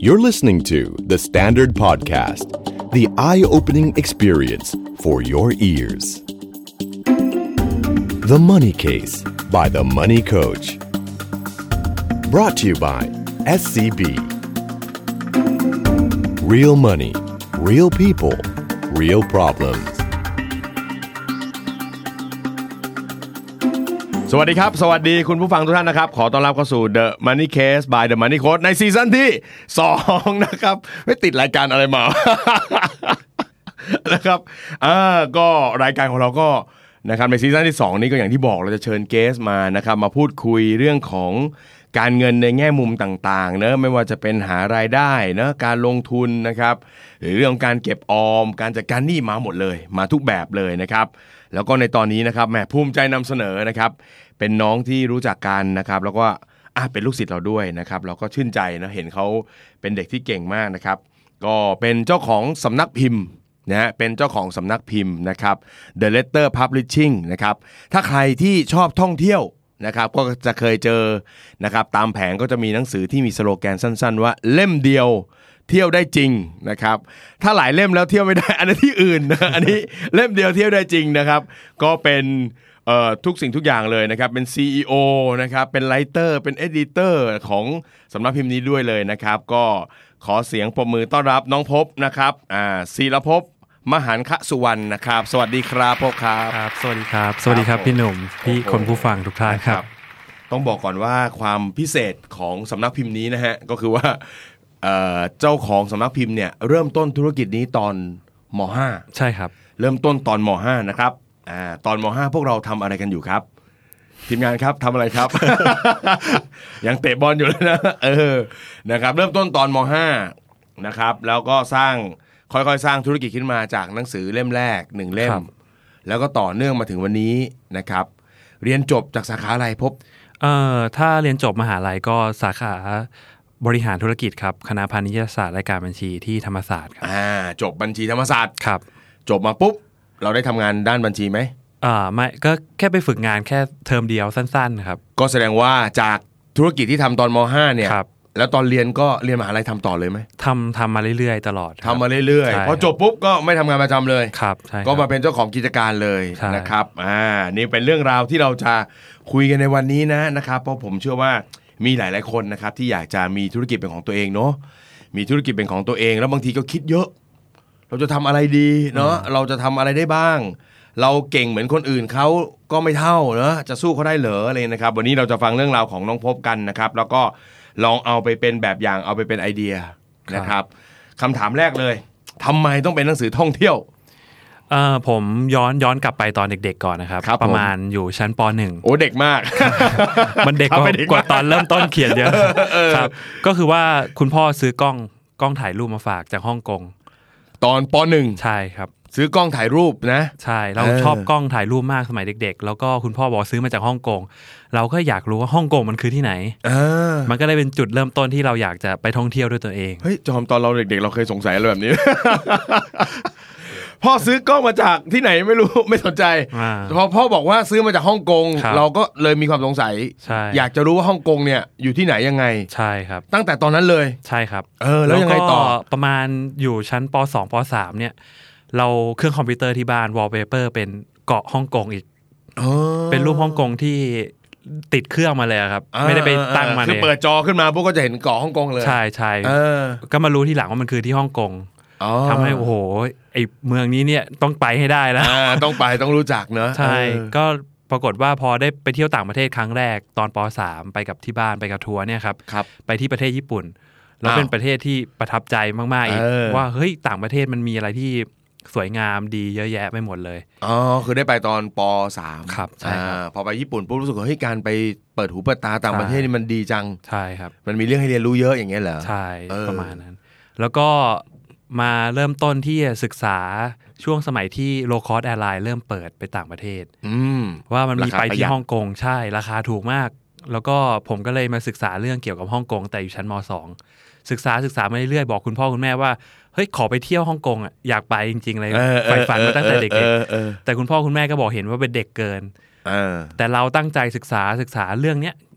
You're listening to The Standard Podcast, the eye-opening experience for your ears. The Money Case by The Money Coach. Brought to you by SCB. Real money, real people, real problems. สวัสดีครับสวัสดีคุณผู้ฟังทุกท่านนะครับขอต้อนรับเข้าสู่ The Money Case by The Money Coach ในซีซั่นที่2นะครับไม่ติดรายการอะไรมา นะครับก็รายการของเราก็นะครับในซีซั่นที่2นี้ก็อย่างที่บอกเราจะเชิญเกสมานะครับมาพูดคุยเรื่องของการเงินในแง่มุมต่างๆเนอะไม่ว่าจะเป็นหารายได้เนอะการลงทุนนะครับหรือเรื่องการเก็บออมการจัดการหนี้มาหมดเลยมาทุกแบบเลยนะครับแล้วก็ในตอนนี้นะครับแหมภูมิใจนำเสนอนะครับเป็นน้องที่รู้จักกันนะครับแล้วก็เป็นลูกศิษย์เราด้วยนะครับเราก็ชื่นใจนะเห็นเขาเป็นเด็กที่เก่งมากนะครับก็เป็นเจ้าของสำนักพิมพ์นะฮะเป็นเจ้าของสำนักพิมพ์นะครับ The Letter Publishing นะครับถ้าใครที่ชอบท่องเที่ยวนะครับก็จะเคยเจอนะครับตามแผงก็จะมีหนังสือที่มีสโลแกนสั้นๆว่าเล่มเดียวเที่ยวได้จริงนะครับถ้าหลายเล่มแล้วเที่ยวไม่ได้อันนั้นที่อื่นนะอันนี้เล่มเดียวเที่ยวได้จริงนะครับก็เป็นทุกสิ่งทุกอย่างเลยนะครับเป็น CEO นะครับเป็นไรเตอร์เป็นเอดิเตอร์ของสำนักพิมพ์นี้ด้วยเลยนะครับก็ขอเสียงปรบมือต้อนรับน้องภพนะครับศิรภพมหันคสุวรรณนะครับสวัสดีครับภพครับสวัสดีครับสวัสดีครับพี่หนุ่มพี่คนผู้ฟังทุกท่านครับต้องบอกก่อนว่าความพิเศษของสำนักพิมพ์นี้นะฮะก็คือว่าเจ้าของสำนักพิมพ์เนี่ยเริ่มต้นธุรกิจนี้ตอนม.5 ใช่ครับเริ่มต้นตอนม.5 นะครับตอนม.5 พวกเราทำอะไรกันอยู่ครับทีมงานครับทำอะไรครับ ยังเตะบอลอยู่เลยนะนะครับเริ่มต้นตอนม.5 นะครับแล้วก็ค่อยๆสร้างธุรกิจขึ้นมาจากหนังสือเล่มแรก1เล่มแล้วก็ต่อเนื่องมาถึงวันนี้นะครับเรียนจบจากสาขาอะไรพบถ้าเรียนจบมหาลัยก็สาขาบริหารธุรกิจครับคณะพาณิชยศาสตร์และการบัญชีที่ธรรมศาสตร์ครับจบบัญชีธรรมศาสตร์ครับจบมาปุ๊บเราได้ทำงานด้านบัญชีไหมไม่ก็แค่ไปฝึกงานแค่เทอมเดียวสั้นๆครับก็แสดงว่าจากธุรกิจที่ทำตอนม.5 เนี่ยแล้วตอนเรียนก็เรียนมหาลัยทำต่อเลยไหมทำมาเรื่อยๆตลอดทำมาเรื่อยๆพอจบปุ๊บก็ไม่ทำงานประจำเลยครับใช่ก็มาเป็นเจ้าของกิจการเลยนะครับนี่เป็นเรื่องราวที่เราจะคุยกันในวันนี้นะครับเพราะผมเชื่อว่ามีหลายๆคนนะครับที่อยากจะมีธุรกิจเป็นของตัวเองเนาะมีธุรกิจเป็นของตัวเองแล้วบางทีก็คิดเยอะเราจะทำอะไรดีเนาะเราจะทำอะไรได้บ้างเราเก่งเหมือนคนอื่นเขาก็ไม่เท่าเนาะจะสู้เขาได้เหรออะไรนะครับวันนี้เราจะฟังเรื่องราวของน้องภพกันนะครับแล้วก็ลองเอาไปเป็นแบบอย่างเอาไปเป็นไอเดียนะครับคำถามแรกเลยทำไมต้องเป็นหนังสือท่องเที่ยวผมย้อนกลับไปตอนเด็กๆก่อนนะครับประมาณอยู่ชั้นป.1 โอ้เด็กมากมันเด็กกว่าตอนเริ่มต้นเขียนเยอะครับก็คือว่าคุณพ่อซื้อกล้องถ่ายรูปมาฝากจากฮ่องกงตอนป.1 ใช่ครับซื้อกล้องถ่ายรูปนะใช่เราชอบกล้องถ่ายรูปมากสมัยเด็กๆแล้วก็คุณพ่อบอกซื้อมาจากฮ่องกงเราก็อยากรู้ว่าฮ่องกงมันคือที่ไหนมันก็เลยเป็นจุดเริ่มต้นที่เราอยากจะไปท่องเที่ยวด้วยตัวเองเฮ้ยจอมตอนเราเด็กๆเราเคยสงสัยอะไรแบบนี้ พ่อซื้อกล้องมาจากที่ไหนไม่รู้ไม่สนใจพอพ่อบอกว่าซื้อมาจากฮ่องกงเราก็เลยมีความสงสัยอยากจะรู้ว่าฮ่องกงเนี่ยอยู่ที่ไหนยังไงใช่ครับตั้งแต่ตอนนั้นเลยใช่ครับแล้วยังไงต่อประมาณอยู่ชั้นป.2 ป.3 เนี่ยเราเครื่องคอมพิวเตอร์ที่บ้านวอลเปเปอร์เป็นเกาะฮ่องกงอีกเป็นรูปฮ่องกงที่ติดเครื่องมาเลยครับไม่ได้ไปตั้งมาเลยคือเปิดจอขึ้นมาพวกก็จะเห็นเกาะฮ่องกงเลยใช่ก็มารู้ทีหลังว่ามันคือที่ฮ่องกงทำให้โอ้โหไอเมืองนี้เนี่ยต้องไปให้ได้แล้วต้องรู้จักเนอะใช่ก็ปรากฏว่าพอได้ไปเที่ยวต่างประเทศครั้งแรกตอนป.3 ไปกับที่บ้านไปกับทัวร์เนี่ยครับไปที่ประเทศญี่ปุ่นแล้วเป็นประเทศที่ประทับใจมากๆอีกว่าเฮ้ยต่างประเทศมันมีอะไรที่สวยงามดีเยอะแยะไปหมดเลยคือได้ไปตอนป.3 ครับใช่พอไปญี่ปุ่นปุ๊บรู้สึกว่าเฮ้ยการไปเปิดหูเปิดตาต่างประเทศนี่มันดีจังใช่ครับมันมีเรื่องให้เรียนรู้เยอะอย่างเงี้ยเหรอใช่ประมาณนั้นแล้วก็มาเริ่มต้นที่ศึกษาช่วงสมัยที่ low cost airline เริ่มเปิดไปต่างประเทศว่ามันมีไปที่ฮ่องกงใช่ราคาถูกมากแล้วก็ผมก็เลยมาศึกษาเรื่องเกี่ยวกับฮ่องกงแต่อยู่ชั้นม.2 ศึกษามาเรื่อยๆบอกคุณพ่อคุณแม่ว่าเฮ้ยขอไปเที่ยวฮ่องกงอ่ะอยากไปจริงๆเลยใฝ่ฝันมาตั้งแต่เด็กๆแต่คุณพ่อคุณแม่ก็บอกเห็นว่าเป็นเด็กเกินแต่เราตั้งใจศึกษาเรื่องเนี้ย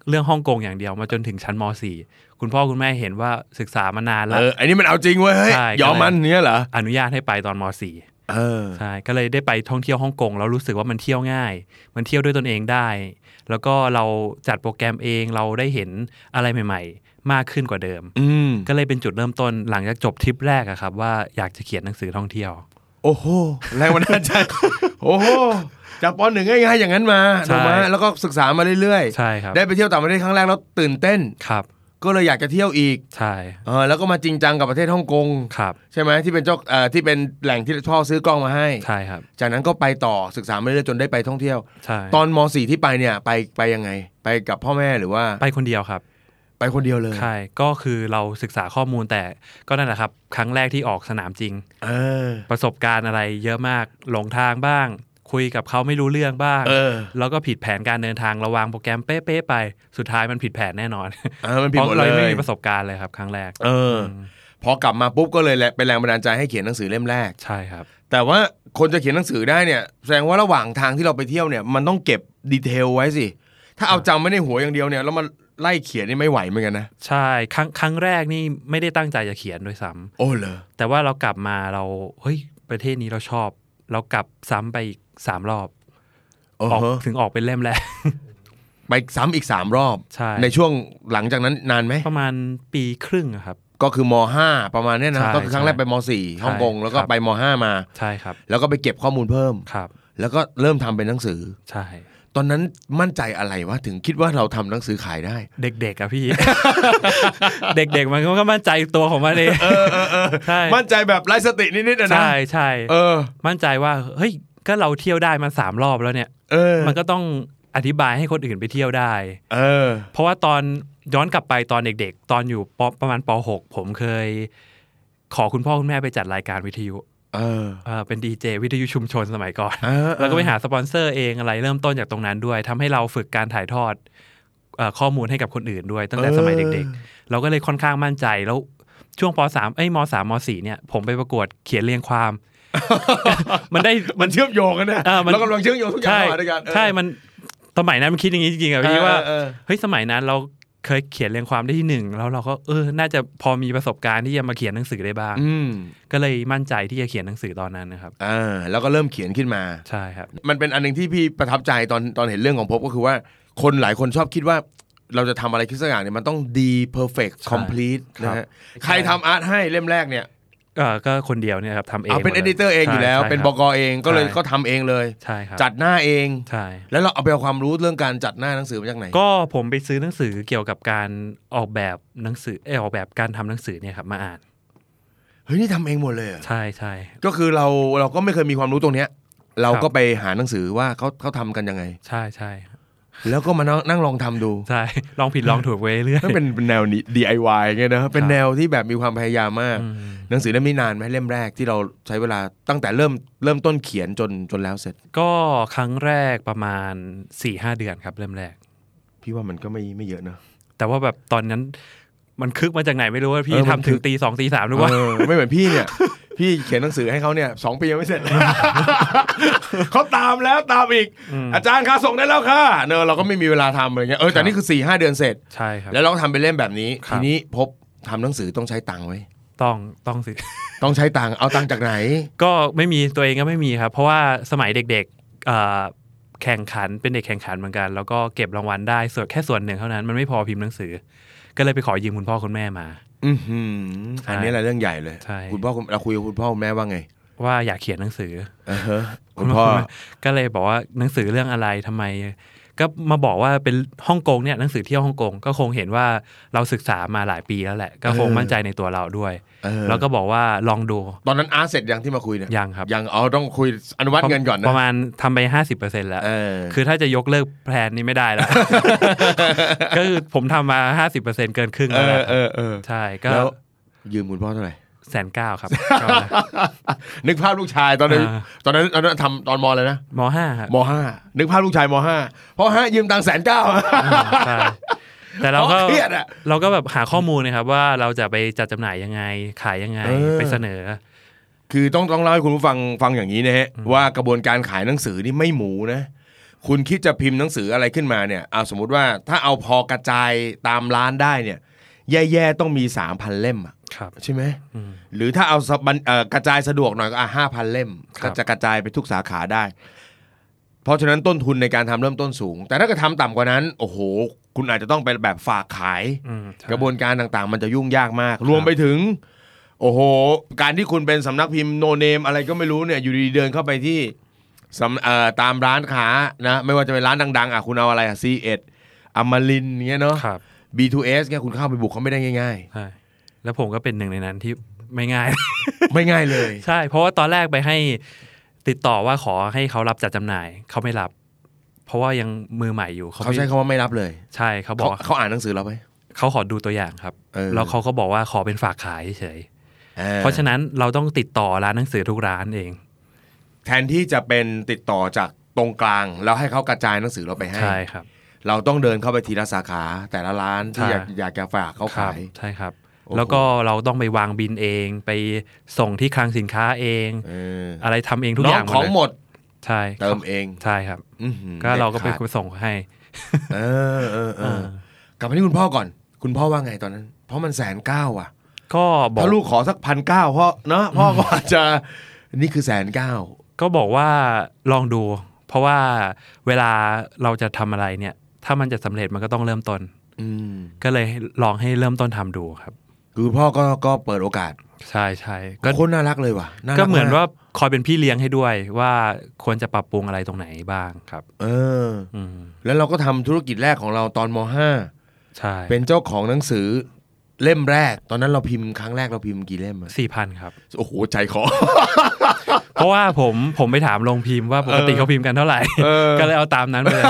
เรื่องฮ่องกงอย่างเดียวมาจนถึงชั้นม.4 คุณพ่อคุณแม่เห็นว่าศึกษามานานแล้วอันนี้มันเอาจริงเว้ยยอมมันเนี้ยเหรออนุญาตให้ไปตอนม.4 ใช่ก็เลยได้ไปท่องเที่ยวฮ่องกงแล้วรู้สึกว่ามันเที่ยวง่ายมันเที่ยวด้วยตนเองได้แล้วก็เราจัดโปรแกรมเองเราได้เห็นอะไรใหม่ๆมากขึ้นกว่าเดิมก็เลยเป็นจุดเริ่มต้นหลังจากจบทริปแรกอะครับว่าอยากจะเขียนหนังสือท่องเที่ยวโอ้โหแรงบันดาลใจโอ้โหจากป.1 ง่ายๆอย่างนั้นมาถูกไหมแล้วก็ศึกษามาเรื่อยๆใช่ครับได้ไปเที่ยวต่างประเทศครั้งแรกแล้วตื่นเต้นครับก็เลยอยากจะเที่ยวอีกใช่แล้วก็มาจริงจังกับประเทศฮ่องกงใช่ไหมที่เป็นที่เป็นแหล่งที่พ่อซื้อกล้องมาให้ใช่ครับจากนั้นก็ไปต่อศึกษามาเรื่อยๆจนได้ไปท่องเที่ยวตอนม.4 ที่ไปเนี่ยไปยังไงไปกับพ่อแม่หรือว่าไปคนเดียวครับไปคนเดียวเลยใช่ก็คือเราศึกษาข้อมูลแต่ก็นั่นแหละครับครั้งแรกที่ออกสนามจริงประสบการณ์อะไรเยอะมากหลงทางบ้างคุยกับเขาไม่รู้เรื่องบ้างแล้วก็ผิดแผนการเดินทางระวางโปรแกรมเป๊ะๆไปสุดท้ายมันผิดแผนแน่นอนเพราะเราไม่มีประสบการณ์เลยครับครั้งแรกพอกลับมาปุ๊บก็เลยเป็นแรงบันดาลใจให้เขียนหนังสือเล่มแรกใช่ครับแต่ว่าคนจะเขียนหนังสือได้เนี่ยแสดงว่าระหว่างทางที่เราไปเที่ยวเนี่ยมันต้องเก็บดีเทลไว้สิถ้าเอาจำไม่ในหัวอย่างเดียวเนี่ยแล้วมันไล่เขียนนี่ไม่ไหวเหมือนกันนะใช่ครั้งแรกนี่ไม่ได้ตั้งใจจะเขียนด้วยซ้ำโอ้เหรอแต่ว่าเรากลับมาเราเฮ้ยประเทศนี้เราชอบเรากลับซ้ำไปอีก3 รอบถึงออกเป็นเล่มแรกไปซ้ำอีก3 รอบในช่วงหลังจากนั้นนานไหมประมาณปีครึ่งครับก็คือม.5 ประมาณนี้นะก็คือครั้งแรกไปม.4 ฮ่องกงแล้วก็ไปม.5 มาใช่ครับแล้วก็ไปเก็บข้อมูลเพิ่มครับแล้วก็เริ่มทำเป็นหนังสือใช่ตอนนั้นมั่นใจอะไรวะถึงคิดว่าเราทำหนังสือขายได้เด็กๆอะพี่ เด็กๆมันก็มั่นใจตัวของมันเองใช่มั่นใจแบบไร้สตินิดๆนะใช่ใช่มั่นใจว่าเฮ้ยก็เราเที่ยวได้มา3 รอบแล้วเนี่ยมันก็ต้องอธิบายให้คนอื่นไปเที่ยวได้เพราะว่าตอนย้อนกลับไปตอนเด็กๆตอนอยู่ประมาณป.6 ผมเคยขอคุณพ่อคุณแม่ไปจัดรายการวิทยุเป็นดีเจวิทยุชุมชนสมัยก่อนแล้วก็ไปหาสปอนเซอร์เองอะไรเริ่มต้นจากตรงนั้นด้วยทำให้เราฝึกการถ่ายทอดข้อมูลให้กับคนอื่นด้วยตั้งแต่สมัยเด็กๆเราก็เลยค่อนข้างมั่นใจแล้วช่วงป.3 ม.3 ม.4 เนี่ยผมไปประกวดเขียนเรียงความมันเชื่อมโยงกันนะเรากำลังเชื่อมโยงทุกอย่างมาด้วยกันใช่มันสมัยนั้นมันคิดอย่างนี้จริงๆอ่ะพี่ว่าเฮ้ยสมัยนั้นเราเคยเขียนเรียงความได้ที่1แล้วเราก็น่าจะพอมีประสบการณ์ที่จะมาเขียนหนังสือได้บ้างก็เลยมั่นใจที่จะเขียนหนังสือตอนนั้นนะครับแล้วก็เริ่มเขียนขึ้นมาใช่ครับมันเป็นอันนึงที่พี่ประทับใจตอนเห็นเรื่องของภพก็คือว่าคนหลายคนชอบคิดว่าเราจะทำอะไรขึ้นสักอย่างเนี่ยมันต้องดี perfect complete นะฮะใครทำอาร์ตให้เล่มแรกเนี่ยก็คนเดียวเนี่ยครับทำเองเป็นเอดิเตอร์เองอยู่แล้วเป็นบก.เองก็เลยก็ทำเองเลยใช่ครับจัดหน้าเองใช่แล้วเราเอาไปเอาความรู้เรื่องการจัดหน้าหนังสือมาจากไหนก็ผมไปซื้อหนังสือเกี่ยวกับการออกแบบหนังสือออกแบบการทำหนังสือเนี่ยครับมาอ่านเฮ้ยนี่ทำเองหมดเลยใช่ใช่ก็คือเราก็ไม่เคยมีความรู้ตรงเนี้ยเราก็ไปหาหนังสือว่าเขาทำกันยังไงใช่ใช่แล้วก็มานั่งลองทำดูใช่ลองผิดลองถูกไว้เรื่อยเป็นแนว DIY ไงนะเป็นแนวที่แบบมีความพยายามมากหนังสือเล่มนี้นานไหมเล่มแรกที่เราใช้เวลาตั้งแต่เริ่มต้นเขียนจนแล้วเสร็จก็ครั้งแรกประมาณ 4-5 เดือนครับเล่มแรกพี่ว่ามันก็ไม่เยอะนะแต่ว่าแบบตอนนั้นมันคึกมาจากไหนไม่รู้ว่าพี่ทำถึงตี 2 ตี 3หรือว่าไม่เหมือนพี่เนี่ยพี่เขียนหนังสือให้เขาเนี่ย2 ปียังไม่เสร็จ เขาตามแล้วตามอีกอาจารย์คะส่งได้แล้วค่ะเนอะเราก็ไม่มีเวลาทำอะไรเงี้ยแต่นี่คือ 4-5 เดือนเสร็จใช่ครับแล้วเราทำเป็นเล่มแบบนี้ทีนี้พบทำหนังสือต้องใช้ตังค์ไว้ต้องสิต้องใช้ตังค์เอาตังค์จากไหนก็ไม่มีตัวเองก็ไม่มีครับเพราะว่าสมัยเด็กๆแข่งขันเป็นเด็กแข่งขันเหมือนกันแล้วก็เก็บรางวัลได้แค่ส่วนหนึ่งเท่านั้นมันไม่พอพิมพ์หนังสือก็เลยไปขอยืมคุณพ่อคุณแม่มาอันนี้แหละเรื่องใหญ่เลยคุณพ่อเราคุยกับคุณพ่อคุณแม่ว่าไงว่าอยากเขียนหนังสือคุณพ่อก็เลยบอกว่าหนังสือเรื่องอะไรทำไมก็มาบอกว่าเป็นฮ่องกงเนี่ยหนังสือเที่ยวฮ่องกงก็คงเห็นว่าเราศึกษามาหลายปีแล้วแหละก็คงมั่นใจในตัวเราด้วยแล้วก็บอกว่าลองดูตอนนั้นอาร์ตเสร็จยังที่มาคุยเนี่ยยังครับยังต้องคุยอนุมัติเงินก่อนนะประมาณทำไป 50% แล้วคือถ้าจะยกเลิกแพลนนี้ไม่ได้แล้วก็คือผมทำมา 50% เกินครึ่งแล้วใช่ก็ยืมคุณพ่อเท่าไหร่ 190,000ครับนึกภาพลูกชายตอนนั้นทำตอนม.เลยนะม.5 ครับม.5 นึกภาพลูกชายม.5 เพราะยืมตังค์190,000 แต่เราก็แบบหาข้อมูลนะครับว่าเราจะไปจัดจำหน่ายยังไงขายยังไงไปเสนอคือต้องเล่าให้คุณผู้ฟังอย่างนี้นะฮะว่ากระบวนการขายหนังสือนี่ไม่หมูนะคุณคิดจะพิมพ์หนังสืออะไรขึ้นมาเนี่ยเอาสมมุติว่าถ้าเอาพอกระจายตามร้านได้เนี่ยแย่ๆต้องมี 3,000 เล่มใช่ไหมหรือถ้าเอากระจายสะดวกหน่อยก็5,000 เล่มก็จะกระจายไปทุกสาขาได้เพราะฉะนั้นต้นทุนในการทำเริ่มต้นสูงแต่ถ้าเกิดทำต่ำกว่านั้นโอ้โหคุณอาจจะต้องไปแบบฝากขายกระบวนการต่างๆมันจะยุ่งยากมากรวมไปถึงโอ้โหการที่คุณเป็นสำนักพิมพ์โนเนมอะไรก็ไม่รู้เนี่ยอยู่ดีๆเดินเข้าไปที่ตามร้านค้านะไม่ว่าจะเป็นร้านดังๆคุณเอาอะไรC1 อมรินทร์เงี้ยเนาะB2S เนี่ยคุณเข้าไปบุกเขาไม่ได้ง่ายๆใช่แล้วผมก็เป็นหนึ่งในนั้นที่ไม่ง่ายไม่ง่ายเลยใช่เพราะว่าตอนแรกไปให้ติดต่อว่าขอให้เขารับจัดจำหน่ายเขาไม่รับเพราะว่ายังมือใหม่อยู่เขาใช้คำว่าไม่รับเลยใช่เขาบอกเขาอ่านหนังสือเราไหมเขาขอดูตัวอย่างครับแล้วเขาก็บอกว่าขอเป็นฝากขายเฉยเพราะฉะนั้นเราต้องติดต่อร้านหนังสือทุกร้านเองแทนที่จะเป็นติดต่อจากตรงกลางแล้วให้เขากระจายหนังสือเราไปให้ใช่ครับเราต้องเดินเข้าไปทีละสาขาแต่ละร้านที่อยากจะฝากเขาขายใช่ครับแล้วก็เราต้องไปวางบินเองไปส่งที่คลังสินค้าเองอะไรทำเองทุกอย่างของหมดใช่เติมเองใช่ครับก็เราก็ไปส่งให้กลับมาที่คุณพ่อก่อนคุณพ่อว่าไงตอนนั้นเพราะมัน190,000อ่ะก็บอกถ้าลูกขอสัก1,900เพราะเนาะพ่อก็อาจจะนี่คือ190,000 ก็บอกว่าลองดูเพราะว่าเวลาเราจะทำอะไรเนี่ยถ้ามันจะสำเร็จมันก็ต้องเริ่มต้นก็เลยลองให้เริ่มต้นทำดูครับคือพ่อก็เปิดโอกาสใช่ใช่ก็คนน่ารักเลยว่ะก็เหมือนว่าคอยเป็นพี่เลี้ยงให้ด้วยว่าควรจะปรับปรุงอะไรตรงไหนบ้างครับแล้วเราก็ทำธุรกิจแรกของเราตอนม .5 ใช่เป็นเจ้าของหนังสือเล่มแรกตอนนั้นเราพิมพ์ครั้งแรกเราพิมพ์กี่เล่ม 4,000 ครับโอ้โหใจคอเพราะว่าผมไปถามโรงพิมพ์ว่าปกติเขาพิมพ์กันเท่าไหร่ก็เลยเอาตามนั้นไปเลย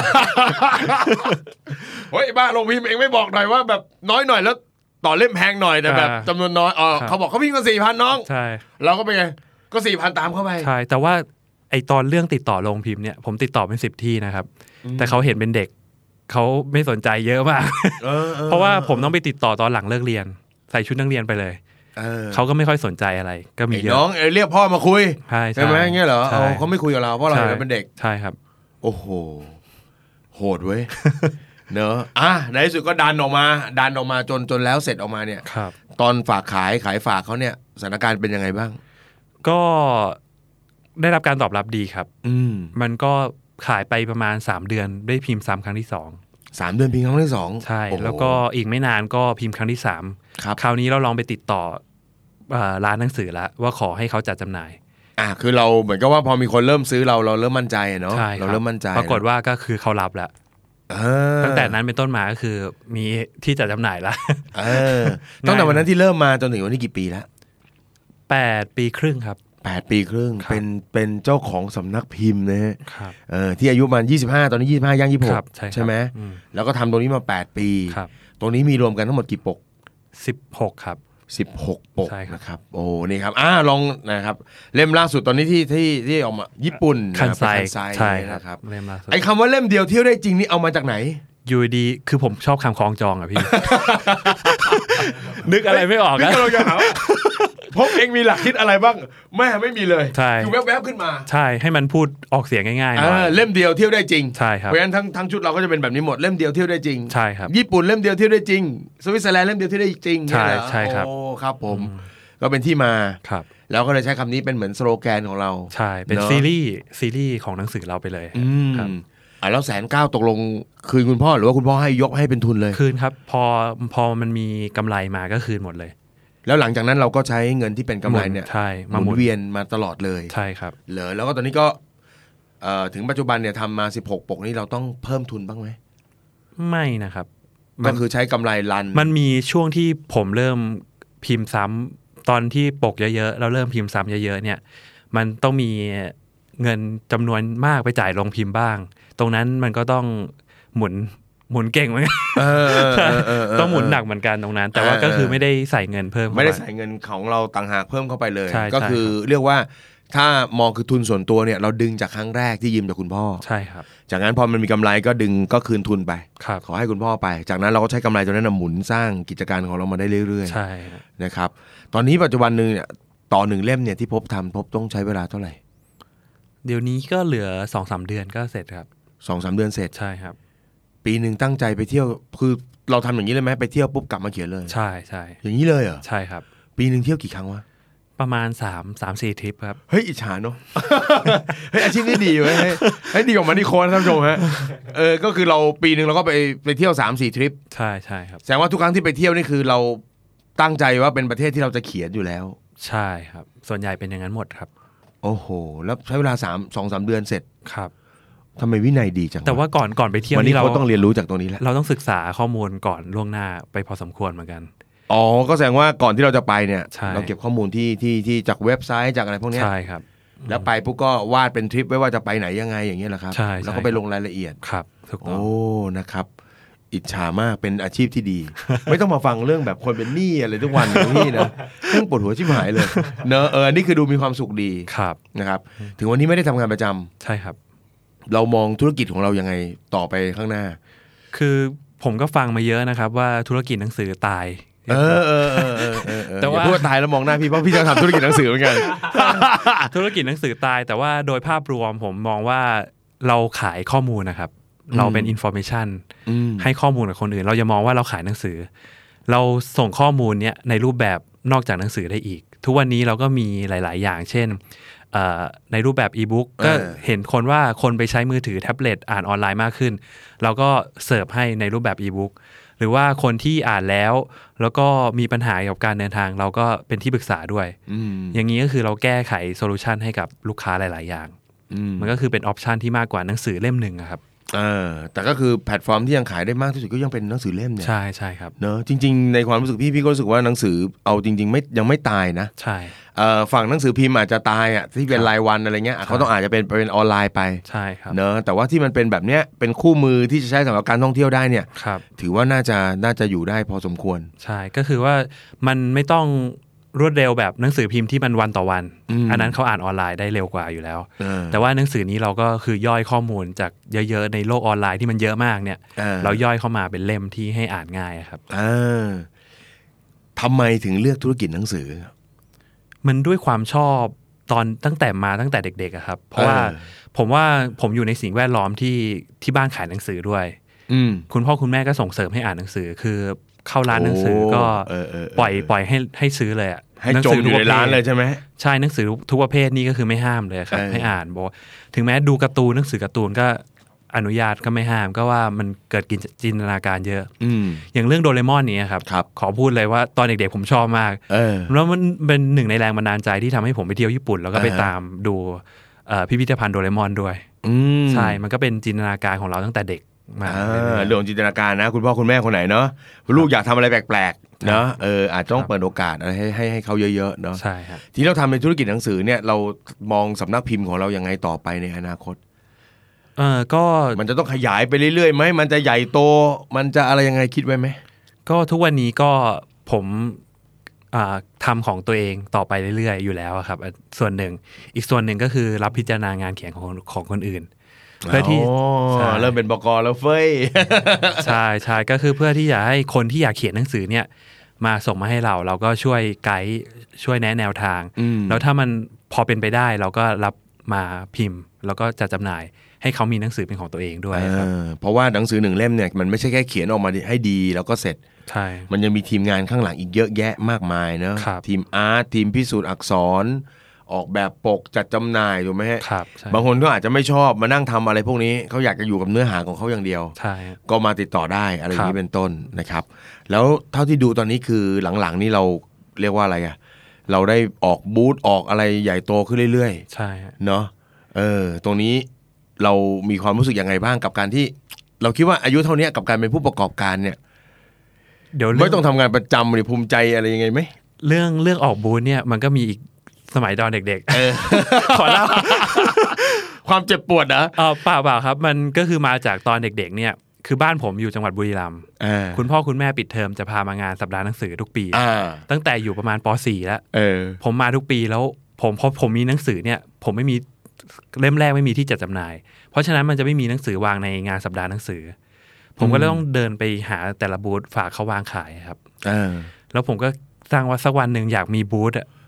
เฮ้ยบ้าโรงพิมพ์เองไม่บอกหน่อยว่าแบบน้อยหน่อยแล้วต่อเล่มแพงหน่อยแต่แบบจำนวนน้อยเขาบอกเขาพิมพ์กัน 4,000 น้องใช่เราก็ไปไงก็ 4,000 ตามเข้าไปใช่แต่ว่าไอตอนเรื่องติดต่อโรงพิมพ์เนี่ยผมติดต่อเป็น10 ที่นะครับแต่เขาเห็นเป็นเด็กเขาไม่สนใจเยอะมากเพราะว่าผมต้องไปติดต่อตอนหลังเลิกเรียนใส่ชุดนักเรียนไปเลยเขาก็ไม่ค่อยสนใจอะไรก็มีเยอะน้องเรียกพ่อมาคุยใช่ไหมเงี้ยเหรอเขาไม่คุยกับเราเพราะเราเป็นเด็กใช่ครับโอ้โหโหดเว้ยเนอะในที่สุดก็ดันออกมาจนแล้วเสร็จออกมาเนี่ยตอนฝากขายฝากเขาเนี่ยสถานการณ์เป็นยังไงบ้างก็ได้รับการตอบรับดีครับมันก็ขายไปประมาณ3 เดือนได้พิมพ์ซ้ำครั้งที่ 3 เดือนพิมพ์ครั้งที่2 ใช่แล้วก็อีกไม่นานก็พิมพ์ครั้งที่3คราวนี้เราลองไปติดต่อร้านหนังสือแล้วว่าขอให้เขาจัดจำหน่ายคือเราเหมือนกับว่าพอมีคนเริ่มซื้อเราเริ่มมั่นใจเนาะเราเริ่มมั่นใจปรากฏว่าก็คือเขารับแล้วตั้งแต่นั้นเป็นต้นมาก็คือมีที่จัดจำหน่ายแล้วตั้งแต่วันนั้นที่เริ่มมาจนถึงวันนี้กี่ปีแล้ว 8 ปีครึ่งครับ 8 ปีครึ่งเป็นเจ้าของสำนักพิมพ์นะฮะที่อายุประมาณ25ตอนนี้25ย่าง26ใช่ไหมแล้วก็ทำตรงนี้มา8 ปีตรงนี้มีรวมกันทั้งหมดกี่ปก 16ครับ 16 ปกนะครับโอ้นี่ครับลองนะครับเล่มล่าสุดตอนนี้ที่ออกมาญี่ปุ่นคันไซใช่ครับไอ้คำว่าเล่มเดียวเที่ยวได้จริงนี่เอามาจากไหนอยู่ดีคือผมชอบคำคล้องจองอ่ะพี่ นึกอะไรไม่ออกนะพวกเองมีหลักคิดอะไรบ้างไม่มีเลยคือแวบๆขึ้นมาใช่ให้มันพูดออกเสียงง่ายๆหน่อยเล่มเดียวเที่ยวได้จริงใช่ครับเพราะฉะนั้นทั้งชุดเราก็จะเป็นแบบนี้หมดเล่มเดียวเที่ยวได้จริงใช่ครับญี่ปุ่นเล่มเดียวเที่ยวได้จริงสวิตเซอร์แลนด์เล่มเดียวเที่ยวได้จริงใช่ครับโอ้ครับผมก็เป็นที่มาแล้วก็เลยใช้คำนี้เป็นเหมือนสโลแกนของเราใช่เป็นซีรีส์ของหนังสือเราไปเลยครับแล้ว190,000ตกลงคืนคุณพ่อหรือว่าคุณพ่อให้ยกให้เป็นทุนเลยคืนครับพอมันมีกำไรมาก็คืนหมดเลยแล้วหลังจากนั้นเราก็ใช้เงินที่เป็นกำไรเนี่ยหมุนเวียนมาตลอดเลยใช่ครับแล้วก็ตอนนี้ก็ถึงปัจจุบันเนี่ยทำมา16 ปกนี้เราต้องเพิ่มทุนบ้างไหมไม่นะครับก็คือใช้กำไรรันมันมีช่วงที่ผมเริ่มพิมพ์ซ้ำตอนที่ปกเยอะๆเราเริ่มพิมพ์ซ้ำเยอะๆเนี่ยมันต้องมีเงินจำนวนมากไปจ่ายโรงพิมพ์บ้างตรงนั้นมันก็ต้องหมุนเก่งเหมือนกันต้องหมุนหนักเหมือนกันตรงนั้นแต่ว่าก็คือไม่ได้ใส่เงินเพิ่มไม่ได้ใส่เงินของเราต่างหากเพิ่มเข้าไปเลยก็คือเรียกว่าถ้ามองคือทุนส่วนตัวเนี่ยเราดึงจากครั้งแรกที่ยืมจากคุณพ่อใช่ครับจากนั้นพอมันมีกำไรก็ดึงก็คืนทุนไปขอให้คุณพ่อไปจากนั้นเราก็ใช้กำไรตัวนั้นหมุนสร้างกิจการของเรามาได้เรื่อยๆใช่นะครับตอนนี้ปัจจุบันนึงเนี่ยต่อ1 เล่มเนี่ยที่พบต้องใช้เวลาเท่าไหร่เดี๋ยวนี้ก็เหลือ 2-3 เดือนก็เสร็จครับ 2-3 เดือนเสร็จใช่ครับปีนึงตั้งใจไปเที่ยวคือเราทำอย่างนี้เลยไหมไปเที่ยวปุ๊บกลับมาเขียนเลยใช่ใช่อย่างนี้เลยเหรอใช่ครับปีนึงเที่ยวกี่ครั้งวะประมาณ3-4 ทริปครับเฮ้ยอิจฉาเนาะ เฮ้ยอาชีพนี้ดีเว้ยเฮ้ยดีกว่ามันนี่โค้ชท่านผู้ชมฮะก็คือเราปีนึงเราก็ไปเที่ยว 3-4 ทริปใช่ใช่ครับแสดงว่าทุกครั้งที่ไปเที่ยวนี่คือเราตั้งใจว่าเป็นประเทศที่เราจะเขียนอยู่แล้วใช่ครับส่วนใหญ่เป็นอย่างนั้นหมดครับโอ้โหแล้วใช้เวลา2-3 เดือนเสร็จครับทำไมวินัยดีจังแต่ว่าก่อนไปเที่ยวนี่เราต้องเรียนรู้จากตรงนี้แหละเราต้องศึกษาข้อมูลก่อนล่วงหน้าไปพอสมควรเหมือนกันอ๋อก็แสดงว่าก่อนที่เราจะไปเนี่ยเราเก็บข้อมูลที่จากเว็บไซต์จากอะไรพวกนี้ใช่ครับแล้วไปปุ๊บก็วาดเป็นทริปไว้ว่าจะไปไหนยังไงอย่างเงี้ยเหรอครับใช่แล้วก็ไปลงรายละเอียดครับถูกต้องโอ้นะครับอิจฉามากเป็นอาชีพที่ดี ไม่ต้องมาฟังเรื่องแบบคนเป็นหนี้อะไรทุกวันอย่างนี้นะเรื่องปวดหัวชิบหายเลยเนอะนี่คือดูมีความสุขดีนะครับถึงวันนี้ไม่ได้ทำงานประจำใช่ครับเรามองธุรกิจของเรายังไงต่อไปข้างหน้าคือผมก็ฟังมาเยอะนะครับว่าธุรกิจหนังสือตายแต่ว่าพูดตายแล้วมองหน้าพี่เพราะพี่จะทำธุรกิจหนังสือเหมือนกันธุรกิจหนังสือตายแต่ว่าโดยภาพรวมผมมองว่าเราขายข้อมูลนะครับเราเป็นอินฟอร์เมชันให้ข้อมูลกับคนอื่นเราจะมองว่าเราขายหนังสือเราส่งข้อมูลเนี้ยในรูปแบบนอกจากหนังสือได้อีกทุกวันนี้เราก็มีหลายๆอย่างเช่นในรูปแบบอีบุ๊กก็เห็นคนว่าคนไปใช้มือถือแท็บเล็ตอ่านออนไลน์มากขึ้นเราก็เสิร์ฟให้ในรูปแบบอีบุ๊กหรือว่าคนที่อ่านแล้วก็มีปัญหาเกี่ยวกับการเดินทางเราก็เป็นที่ปรึกษาด้วยอย่างนี้ก็คือเราแก้ไขโซลูชันให้กับลูกค้าหลายๆอย่างมันก็คือเป็นออปชันที่มากกว่าหนังสือเล่มหนึ่งครับแต่ก็คือแพลตฟอร์มที่ยังขายได้มากที่สุดก็ยังเป็นหนังสือเล่มเนี่ยใช่ใช่ครับเนอะจริงๆในความรู้สึกพี่ก็รู้สึกว่าหนังสือเอาจริงๆยังไม่ตายนะใช่ฝั่งหนังสือพิมพ์อาจจะตายที่เป็นรายวันอะไรเงี้ยเขาต้องอาจจะเป็นออนไลน์ไปใช่ครับเนอะแต่ว่าที่มันเป็นแบบเนี้ยเป็นคู่มือที่จะใช้สำหรับการท่องเที่ยวได้เนี่ยถือว่าน่าจะอยู่ได้พอสมควรใช่ก็คือว่ามันไม่ต้องรวดเร็วแบบหนังสือพิมพ์ที่มันวันต่อวันอันนั้นเขาอ่านออนไลน์ได้เร็วกว่าอยู่แล้วแต่ว่าหนังสือนี้เราก็คือย่อยข้อมูลจากเยอะๆในโลกออนไลน์ที่มันเยอะมากเนี่ยเราย่อยเข้ามาเป็นเล่มที่ให้อ่านง่ายครับทำไมถึงเลือกธุรกิจหนังสือมันด้วยความชอบตั้งแต่เด็กๆครับเพราะว่าผมอยู่ในสิ่งแวดล้อมที่บ้านขายหนังสือด้วยคุณพ่อคุณแม่ก็ส่งเสริมให้อ่านหนังสือคือเข้าร้านหนังสือก็ปล่อยให้ซื้อเลยอ่ะให้จมอยู่ในร้านเลยใช่ไหมใช่หนังสือทุกประเภทนี่ก็คือไม่ห้ามเลยครับให้อ่านบอกถึงแม้ดูการ์ตูนหนังสือการ์ตูนก็อนุญาตก็ไม่ห้ามก็ว่ามันเกิดจินตนาการเยอะอย่างเรื่องโดเรมอนนี้ครับขอพูดเลยว่าตอนเด็กๆผมชอบมากแล้วมันเป็นหนึ่งในแรงบันดาลใจที่ทำให้ผมไปเที่ยวญี่ปุ่นแล้วก็ไปตามดูพิพิธภัณฑ์โดเรมอนด้วยใช่มันก็เป็นจินตนาการของเราตั้งแต่เด็กมาเรื่องจินตนาการนะคุณพ่อคุณแม่คนไหนเนาะลูกอยากทำอะไรแปลกๆเนาะอาจต้องเปิดโอกาสอะไรให้เขาเยอะๆเนาะใช่ครับที่เราทำในธุรกิจหนังสือเนี่ยเรามองสำนักพิมพ์ของเรายังไงต่อไปในอนาคตก็มันจะต้องขยายไปเรื่อยๆไหมมันจะใหญ่โตมันจะอะไรยังไงคิดไว้ไหมก็ทุกวันนี้ก็ผมทำของตัวเองต่อไปเรื่อยๆอยู่แล้วครับส่วนหนึ่งอีกส่วนหนึ่งก็คือรับพิจารณางานเขียนของคนอื่นเพื่อที่เริ่มเป็นบก.แล้วเฟ้ยใช่ใช่ก็คือเพื่อที่จะให้คนที่อยากเขียนหนังสือเนี่ยมาส่งมาให้เราก็ช่วยไกด์ช่วยแนะแนวทางแล้วถ้ามันพอเป็นไปได้เราก็รับมาพิมพ์แล้วก็จัดจำหน่ายให้เขามีหนังสือเป็นของตัวเองด้วยครับเพราะว่าหนังสือ1 เล่มเนี่ยมันไม่ใช่แค่เขียนออกมาให้ดีแล้วก็เสร็จใช่มันยังมีทีมงานข้างหลังอีกเยอะแยะมากมายเนอะทีมอาร์ตทีมพิสูจน์อักษรออกแบบปกจัดจำหน่ายถูกไหมฮะบางคนก็อาจจะไม่ชอบมานั่งทำอะไรพวกนี้เขาอยากจะอยู่กับเนื้อหาของเขาอย่างเดียวก็มาติดต่อได้อะไรอย่างนี้เป็นต้นนะครับแล้วเท่าที่ดูตอนนี้คือหลังๆนี่เราเรียกว่าอะไรอะเราได้ออกบูธออกอะไรใหญ่โตขึ้นเรื่อยๆใช่เนาะตรงนี้เรามีความรู้สึกยังไงบ้างกับการที่เราคิดว่าอายุเท่านี้กับการเป็นผู้ประกอบการเนี่ยเดี๋ยวไม่ต้องทำงานประจำหรือภูมิใจอะไรยังไงไหมเรื่องออกบูธเนี่ยมันก็มีอีกสมัยตอนเด็กๆขอเล่าความเจ็บปวดนะเปล่าครับมันก็คือมาจากตอนเด็กๆเนี่ยคือบ้านผมอยู่จังหวัดบุรีรัมย์คุณพ่อคุณแม่ปิดเทอมจะพามางานสัปดาห์หนังสือทุกปีตั้งแต่อยู่ประมาณป .4 แล้วผมมาทุกปีแล้วพอผมมีหนังสือเนี่ยผมไม่มีเล่มแรกไม่มีที่จัดจำหน่ายเพราะฉะนั้นมันจะไม่มีหนังสือวางในงานสัปดาห์หนังสือผมก็เลยต้องเดินไปหาแต่ละบูธฝากเขาวางขายครับแล้วผมก็สร้างว่าสักวันหนึ่งอยากมีบูธ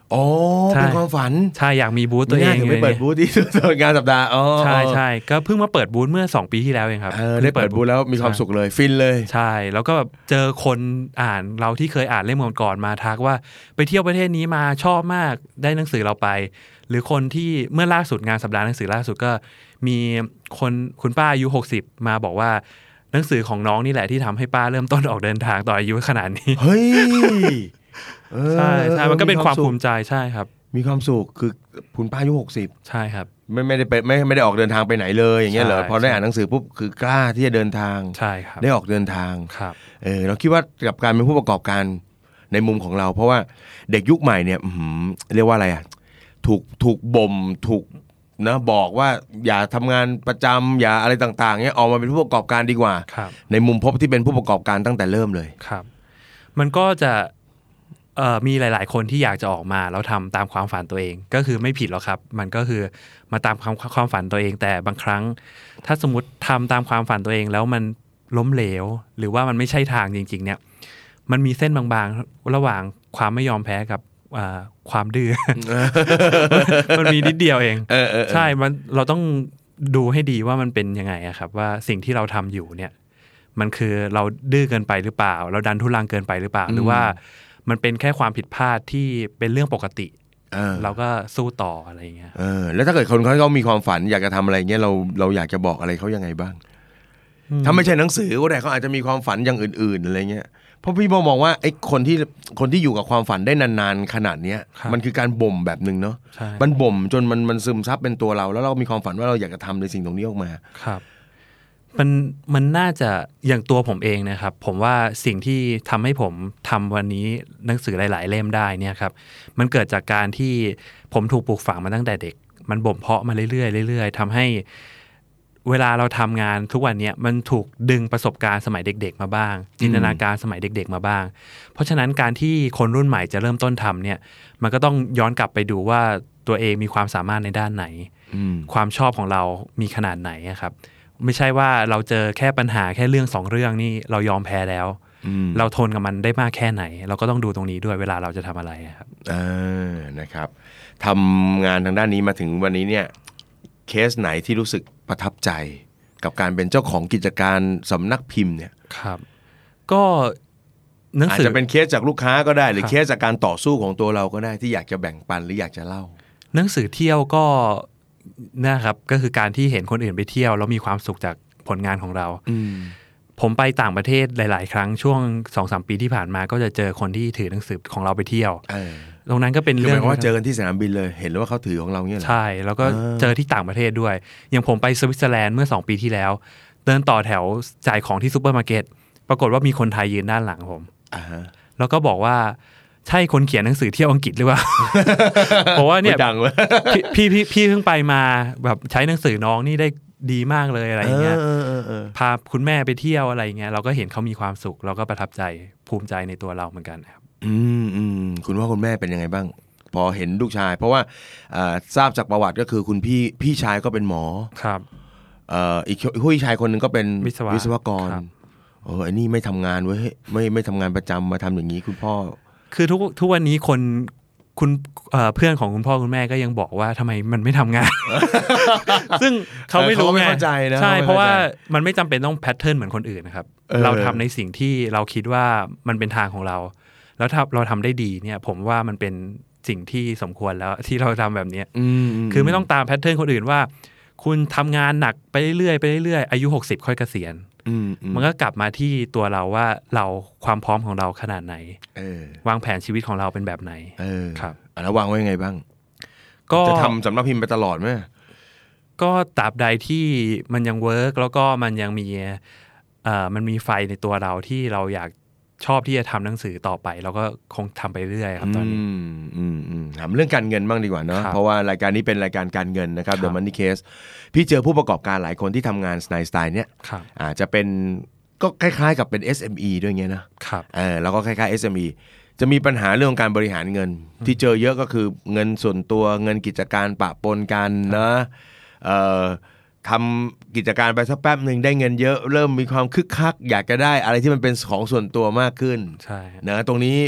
อ๋อเป็นความฝันใช่อยากมีบูธตัวเองไปเปิดบูธที่งานสัปดาห์อ๋อใช่ก็เพิ่งมาเปิดบูธเมื่อ2ปีที่แล้วเองครับได้เปิดบูธแล้วมีความสุขเลยฟินเลยใช่แล้วก็แบบเจอคนอ่านเราที่เคยอ่านเล่มก่อนมาทักว่าไปเที่ยวประเทศนี้มาชอบมากได้หนังสือเราไปหรือคนที่เมื่อล่าสุดงานสัปดาห์หนังสือล่าสุดก็มีคุณป้าอายุ60มาบอกว่าหนังสือของน้องนี่แหละที่ทำให้ป้าเริ่มต้นออกเดินทางต่ออายุขนาดนี้เฮ้ยใช่มันก็เป็นความภูมิใจใช่ครับมีความสุขคือคุณป้าอายุ60 ใช่ครับไม่ได้ออกเดินทางไปไหนเลยอย่างเงี้ยเหรอพอได้อ่านหนังสือปุ๊บคือกล้าที่จะเดินทางใช่ครับได้ออกเดินทางครับเราคิดว่ากับการเป็นผู้ประกอบการในมุมของเราเพราะว่าเด็กยุคใหม่เนี่ยเรียกว่าอะไรอ่ะถูกบ่มถูกนะบอกว่าอย่าทำงานประจำอย่าอะไรต่างๆเงี้ยออกมาเป็นผู้ประกอบการดีกว่าในมุมพบที่เป็นผู้ประกอบการตั้งแต่เริ่มเลยครับมันก็จะมีหลายๆคนที่อยากจะออกมาแล้วทำตามความฝันตัวเองก็คือไม่ผิดหรอกครับมันก็คือมาตามความฝันตัวเองแต่บางครั้งถ้าสมมติทำตามความฝันตัวเองแล้วมันล้มเหลวหรือว่ามันไม่ใช่ทางจริงๆเนี่ยมันมีเส้นบางๆระหว่างความไม่ยอมแพ้กับความดื้อ มันมีนิดเดียวเองใช่เราต้องดูให้ดีว่ามันเป็นยังไงครับว่าสิ่งที่เราทำอยู่เนี่ยมันคือเราดื้อเกินไปหรือเปล่าเราดันทุรังเกินไปหรือเปล่าหรือว่ามันเป็นแค่ความผิดพลาดที่เป็นเรื่องปกติเราก็สู้ต่ออะไรเงี้ยแล้วถ้าเกิดคนเขามีความฝันอยากจะทำอะไรเงี้ยเราอยากจะบอกอะไรเขายังไงบ้างถ้าไม่ใช่หนังสือก็ได้เขาอาจจะมีความฝันอย่างอื่นๆอะไรเงี้ยเพราะพี่มองว่าไอ้คนที่อยู่กับความฝันได้นานๆขนาดเนี้ยมันคือการบ่มแบบนึงเนาะมันบ่มจนมันซึมซับเป็นตัวเราแล้วเรามีความฝันว่าเราอยากจะทำในสิ่งตรงนี้ออกมาครับมันน่าจะอย่างตัวผมเองนะครับผมว่าสิ่งที่ทำให้ผมทำวันนี้หนังสือหลายๆเล่มได้เนี่ยครับมันเกิดจากการที่ผมถูกปลูกฝังมาตั้งแต่เด็กมันบ่มเพาะมาเรื่อยๆเรื่อยๆทำให้เวลาเราทำงานทุกวันนี้มันถูกดึงประสบการณ์สมัยเด็กๆมาบ้างจินตนาการสมัยเด็กๆมาบ้างเพราะฉะนั้นการที่คนรุ่นใหม่จะเริ่มต้นทำเนี่ยมันก็ต้องย้อนกลับไปดูว่าตัวเองมีความสามารถในด้านไหนความชอบของเรามีขนาดไหนครับไม่ใช่ว่าเราเจอแค่ปัญหาแค่เรื่อง2เรื่องนี่เรายอมแพ้แล้วเราทนกับมันได้มากแค่ไหนเราก็ต้องดูตรงนี้ด้วยเวลาเราจะทำอะไรครับนะครับทำงานทางด้านนี้มาถึงวันนี้เนี่ยเคสไหนที่รู้สึกประทับใจกับการเป็นเจ้าของกิจการสำนักพิมพ์เนี่ยครับก็หนังสืออาจจะเป็นเคสจากลูกค้าก็ได้หรือเคสจากการต่อสู้ของตัวเราก็ได้ที่อยากจะแบ่งปันหรืออยากจะเล่าหนังสือเที่ยวก็นะครับก็คือการที่เห็นคนอื่นไปเที่ยวแล้วมีความสุขจากผลงานของเราผมไปต่างประเทศหลายๆครั้งช่วง 2-3 ปีที่ผ่านมาก็จะเจอคนที่ถือหนังสือของเราไปเที่ยวตรงนั้นก็เป็นเรื่องว่าเจอกันที่สนามบินเลยเห็นแล้วว่าเขาถือของเราเนี่ยใช่แล้วก็เจอที่ต่างประเทศด้วยอย่างผมไปสวิตเซอร์แลนด์เมื่อ2 ปีที่แล้วเดินต่อแถวจ่ายของที่ซุปเปอร์มาร์เก็ตปรากฏว่ามีคนไทยยืนด้านหลังผมแล้วก็บอกว่าใช่คนเขียนหนังสือเที่ยวอังกฤษหรือเปล่า เพราะว่าเนี่ยพี่เพิ่งไปมาแบบใช้หนังสือน้องนี่ได้ดีมากเลยอะไรเงี้ยพาคุณแม่ไปเที่ยวอะไรเงี้ยเราก็เห็นเขามีความสุขเราก็ประทับใจภูมิใจในตัวเราเหมือนกันครับคุณว่าคุณแม่เป็นยังไงบ้างพอเห็นลูกชายเพราะว่าทราบจากประวัติก็คือคุณพี่ชายก็เป็นหมอครับอีกพี่ชายคนนึงก็เป็นวิศวกรไอ้นี่ไม่ทำงานเว้ยไม่ทำงานประจำมาทำอย่างนี้คุณพ่อคือทุกวันนี้คุณเพื่อนของคุณพ่อคุณแม่ก็ยังบอกว่าทำไมมันไม่ทำงาน ซึ่งเขาไม่รู้ไงใช่เพราะว่ามันไม่จำเป็นต้องแพทเทิร์นเหมือนคนอื่นนะครับเราทำในสิ่งที่เราคิดว่ามันเป็นทางของเราแล้วถ้าเราทำได้ดีเนี่ยผมว่ามันเป็นสิ่งที่สมควรแล้วที่เราทำแบบนี้คือไม่ต้องตามแพทเทิร์นคนอื่นว่าคุณทำงานหนักไปเรื่อยอายุ60ค่อยเกษียณมันก็กลับมาที่ตัวเราว่าเราความพร้อมของเราขนาดไหนวางแผนชีวิตของเราเป็นแบบไหนครับแล้ววางไว้ยังไงบ้างก็จะทำสำนักพิมพ์ไปตลอดไหมก็ตราบใดที่มันยังเวิร์กแล้วก็มันยังมีไฟในตัวเราที่เราอยากชอบที่จะทำหนังสือต่อไปเราก็คงทำไปเรื่อยครับตอนนี้ถามเรื่องการเงินบ้างดีกว่าเนาะเพราะว่ารายการนี้เป็นรายการการเงินนะครับ The Money Case พี่เจอผู้ประกอบการหลายคนที่ทำงานสไตล์เนี้ยอาจจะเป็นก็คล้ายๆกับเป็น SME ด้วยเงี้ยนะแล้วก็คล้ายๆ SME จะมีปัญหาเรื่องการบริหารเงินที่เจอเยอะก็คือเงินส่วนตัวเงินกิจการปะปนกันนะทำกิจการไปสักแป๊บหนึ่งได้เงินเยอะเริ่มมีความคึกคักอยากจะได้อะไรที่มันเป็นของส่วนตัวมากขึ้นนะตรงนี้พบ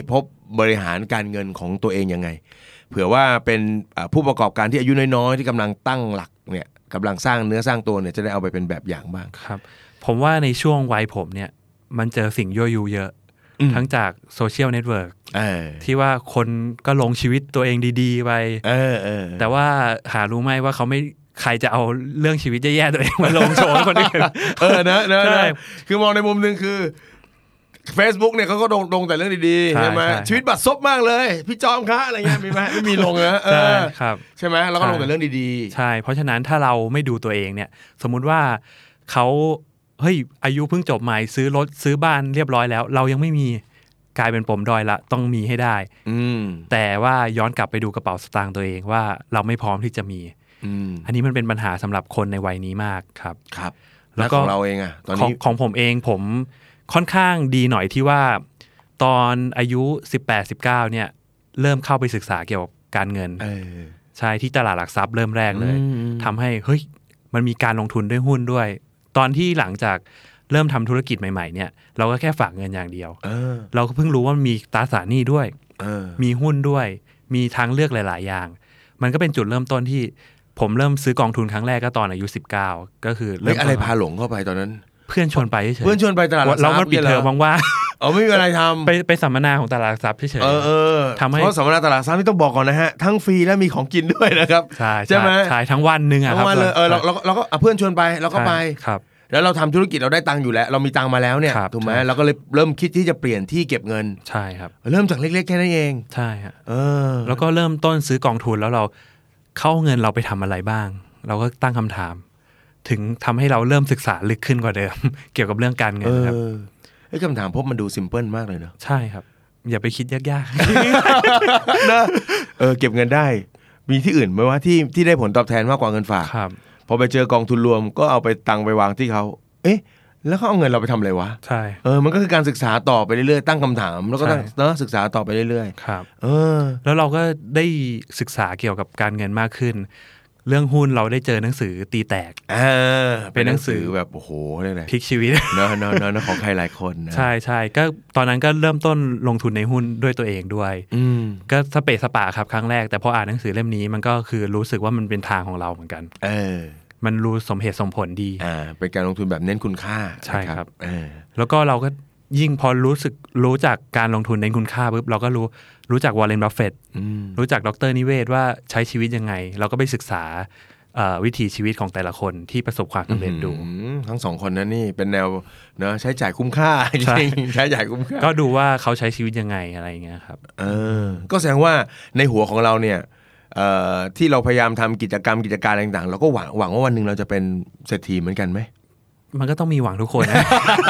บริหารการเงินของตัวเองยังไงเผื่อว่าเป็นผู้ประกอบการที่อายุน้อยๆที่กำลังตั้งหลักเนี่ยกำลังสร้างเนื้อสร้างตัวเนี่ยจะได้เอาไปเป็นแบบอย่างบ้างครับผมว่าในช่วงวัยผมเนี่ยมันเจอสิ่งยั่วยุเยอะทั้งจากโซเชียลเน็ตเวิร์กที่ว่าคนก็ลงชีวิตตัวเองดีๆไปแต่ว่าหารู้ไหมว่าเขาไม่ใครจะเอาเรื่องชีวิตแย่ๆตัวเองมาลงโชว์คนอื่นนะคือมองในมุมนึงคือ Facebook เนี่ยเขาก็ลงแต่เรื่องดีๆใช่ไหมชีวิตบัดซบมากเลยพี่จอมคะอะไรเงี้ยมีไหมไม่มีลงนะใช่ไหมแล้วก็ลงแต่เรื่องดีๆใช่เพราะฉะนั้นถ้าเราไม่ดูตัวเองเนี่ยสมมุติว่าเขาเฮ้ยอายุเพิ่งจบใหม่ซื้อรถซื้อบ้านเรียบร้อยแล้วเรายังไม่มีกลายเป็นปมด้อยละต้องมีให้ได้แต่ว่าย้อนกลับไปดูกระเป๋าสตางค์ตัวเองว่าเราไม่พร้อมที่จะมีอันนี้มันเป็นปัญหาสำหรับคนในวัยนี้มากครับแล้วของเราเองอะตอนนี้ของผมเองผมค่อนข้างดีหน่อยที่ว่าตอนอายุ 18-19 เนี่ยเริ่มเข้าไปศึกษาเกี่ยวกับการเงินใช่ที่ตลาดหลักทรัพย์เริ่มแรกเลยทำให้เฮ้ยมันมีการลงทุนด้วยหุ้นด้วยตอนที่หลังจากเริ่มทำธุรกิจใหม่ๆเนี่ยเราก็แค่ฝากเงินอย่างเดียวเราก็เพิ่งรู้ว่ามีตราสารหนี้ด้วยมีหุ้นด้วยมีทางเลือกหลายๆอย่างมันก็เป็นจุดเริ่มต้นที่ผมเริ่มซื้อกองทุนครั้งแรกก็ตอนอายุ19ก็คือเริ่มอะไรพาหลงเข้าไปตอนนั้นเพื่อนชวนไปเฉยเพื่อนชวนไปตลาดหลักทรัพย์เรามันปิดเทอมว่างๆไม่มีอะไรทำไปสัมมนาของตลาดหลักทรัพย์เฉยทำให้เพราะสัมมนาตลาดหลักทรัพย์นี่ต้องบอกก่อนนะฮะทั้งฟรีและมีของกินด้วยนะครับใช่ไหมใช่ทั้งวันนึงครับทั้งวันเลยเราก็เพื่อนชวนไปเราก็ไปครับแล้วเราทำธุรกิจเราได้ตังค์อยู่แล้วเรามีตังค์มาแล้วเนี่ยถูกไหมเราก็เลยเริ่มคิดที่จะเปลี่ยนที่เก็บเงินใช่ครับเริ่มจากเล็กๆแค่นั้นเองใช่ครับแล้วก็เริ่มต้นซื้อกองทุนแล้วเราเข้าเงินเราไปทำอะไรบ้างเราก็ตั้งคำถามถึงทำให้เราเริ่มศึกษาลึกขึ้นกว่าเดิมเกี่ยวกับเรื่องการเงินครับคำถามพบมันดูซิมเพิลมากเลยเนาะใช่ครับอย่าไปคิดยากๆนะเก็บเงินได้มีที่อื่นไหมว่าที่ได้ผลตอบแทนมากกว่าเงินฝากพอไปเจอกองทุนรวมก็เอาไปตังไปวางที่เขาแล้วเขาเอาเงินเราไปทำอะไรวะใช่มันก็คือการศึกษาต่อไปเรื่อยๆตั้งคำถามแล้วก็ศึกษาต่อไปเรื่อยๆครับแล้วเราก็ได้ศึกษาเกี่ยวกับการเงินมากขึ้นเรื่องหุ้นเราได้เจอหนังสือตีแตกเป็นหนังสือแบบโอ้โหอะไรพลิกชีวิตเนอะของใครหลายคนนะใช่ก็ตอนนั้นก็เริ่มต้นลงทุนในหุ้นด้วยตัวเองด้วยก็สเปะสปะครับครั้งแรกแต่พออ่านหนังสือเล่มนี้มันก็คือรู้สึกว่ามันเป็นทางของเราเหมือนกันมันรู้สมเหตุสมผลดีเป็นการลงทุนแบบเน้นคุณค่าใช่ครับแล้วก็เราก็ยิ่งพอรู้จักการลงทุนเน้นคุณค่าปุ๊บเราก็รู้จักวอร์เรน บัฟเฟตต์รู้จักดร.นิเวศว่าใช้ชีวิตยังไงเราก็ไปศึกษาวิถีชีวิตของแต่ละคนที่ประสบความสำเร็จดูทั้งสองคนนั้นนี่เป็นแนวเนาะใช้จ่ายคุ้มค่าจริงใช้จ่ายคุ้มค่าก็ดูว่าเขาใช้ชีวิตยังไงอะไรอย่างเงี้ยครับก็แสดงว่าในหัวของเราเนี่ยที่เราพยายามทำกิจการต่างๆเราก็หวังว่าวันหนึ่งเราจะเป็นเศรษฐีเหมือนกันไหมมันก็ต้องมีหวังทุกคนนะ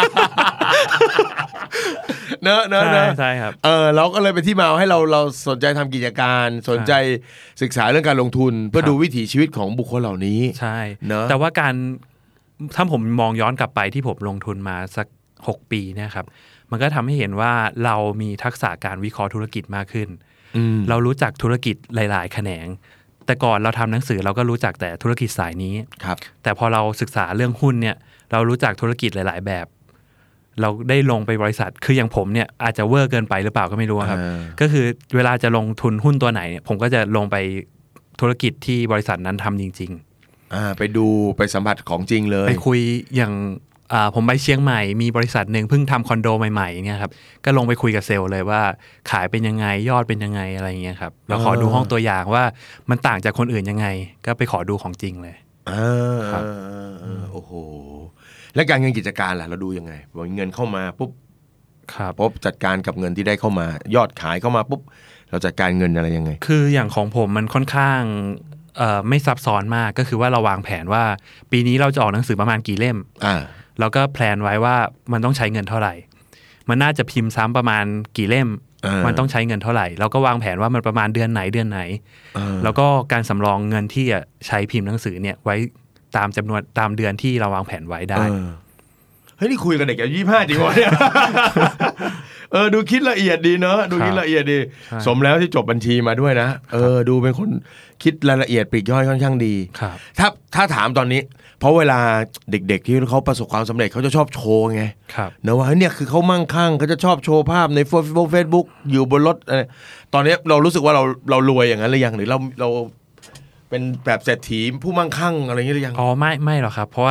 เนอะใช่ครับเราก็เลยเป็นที่มาให้เราสนใจทำกิจการสนใจศึกษาเรื่องการลงทุนเพื่อดูวิถีชีวิตของบุคคลเหล่านี้ใช่เนอะแต่ว่าถ้าผมมองย้อนกลับไปที่ผมลงทุนมาสัก6 ปีเนี่ยครับมันก็ทำให้เห็นว่าเรามีทักษะการวิเคราะห์ธุรกิจมากขึ้นเรารู้จักธุรกิจหลายๆแขนงแต่ก่อนเราทำหนังสือเราก็รู้จักแต่ธุรกิจสายนี้แต่พอเราศึกษาเรื่องหุ้นเนี่ยเรารู้จักธุรกิจหลายๆแบบเราได้ลงไปบริษัทคืออย่างผมเนี่ยอาจจะเวอร์เกินไปหรือเปล่าก็ไม่รู้ครับก็คือเวลาจะลงทุนหุ้นตัวไหนผมก็จะลงไปธุรกิจที่บริษัทนั้นทำจริงๆไปดูไปสัมผัสของจริงเลยไปคุยอย่างผมไปเชียงใหม่มีบริษัทหนึ่งเพิ่งทำคอนโดใหม่ๆเนี่ยครับก็ลงไปคุยกับเซลล์เลยว่าขายเป็นยังไงยอดเป็นยังไงอะไรเงี้ยครับแล้วขอดูห้องตัวอย่างว่ามันต่างจากคนอื่นยังไงก็ไปขอดูของจริงเลยโอ้โหและการเงินกิจการล่ะเราดูยังไงพอเงินเข้ามาปุ๊บจัดการกับเงินที่ได้เข้ามายอดขายเข้ามาปุ๊บเราจัดการเงินอะไรยังไงคืออย่างของผมมันค่อนข้างไม่ซับซ้อนมากก็คือว่าเราวางแผนว่าปีนี้เราจะออกหนังสือประมาณกี่เล่มแล้วก็แพลนไว้ว่ามันต้องใช้เงินเท่าไหร่มันน่าจะพิมพ์ซ้ำประมาณกี่เล่มมันต้องใช้เงินเท่าไหร่เราก็วางแผนว่ามันประมาณเดือนไหนแล้วก็การสำรองเงินที่จะใช้พิมพ์หนังสือเนี่ยไว้ตามจำนวนตามเดือนที่เราวางแผนไว้ได้เฮ้ยนี่คุยกับเด็กอายุ25จริงวะเนี่ยดูคิดละเอียดดีเนอะดูคิดละเอียดดีสมแล้วที่จบบัญชีมาด้วยนะดูเป็นคนคิดรายละเอียดปลีกย่อยค่อนข้างดีถ้าถามตอนนี้เพราะเวลาเด็กๆที่เขาประสบความสำเร็จเขาจะชอบโชว์ไงนะว่าเนี่ยคือเขามั่งคั่งเขาจะชอบโชว์ภาพใน Facebook อยู่บนรถตอนนี้เรารู้สึกว่าเรารวยอย่างนั้นหรือยังหรือเราเป็นแบบเศรษฐีผู้มั่งคั่งอะไรอย่างเงี้ยหรือยังไม่หรอกครับเพราะว่า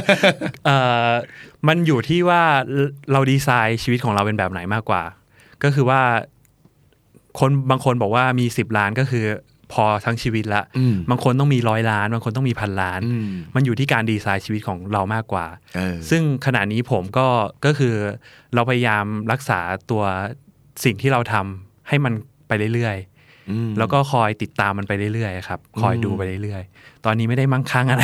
มันอยู่ที่ว่าเราดีไซน์ชีวิตของเราเป็นแบบไหนมากกว่าก็คือว่าบางคนบอกว่ามี10 ล้านก็คือพอทั้งชีวิตละบางคนต้องมี100 ล้านบางคนต้องมี1,000 ล้านมันอยู่ที่การดีไซน์ชีวิตของเรามากกว่าซึ่งขณะนี้ผมก็คือเราพยายามรักษาตัวสิ่งที่เราทำให้มันไปเรื่อยๆแล้วก็คอยติดตามมันไปเรื่อยๆครับคอยดูไปเรื่อยๆตอนนี้ไม่ได้มั่งคั่งอะไร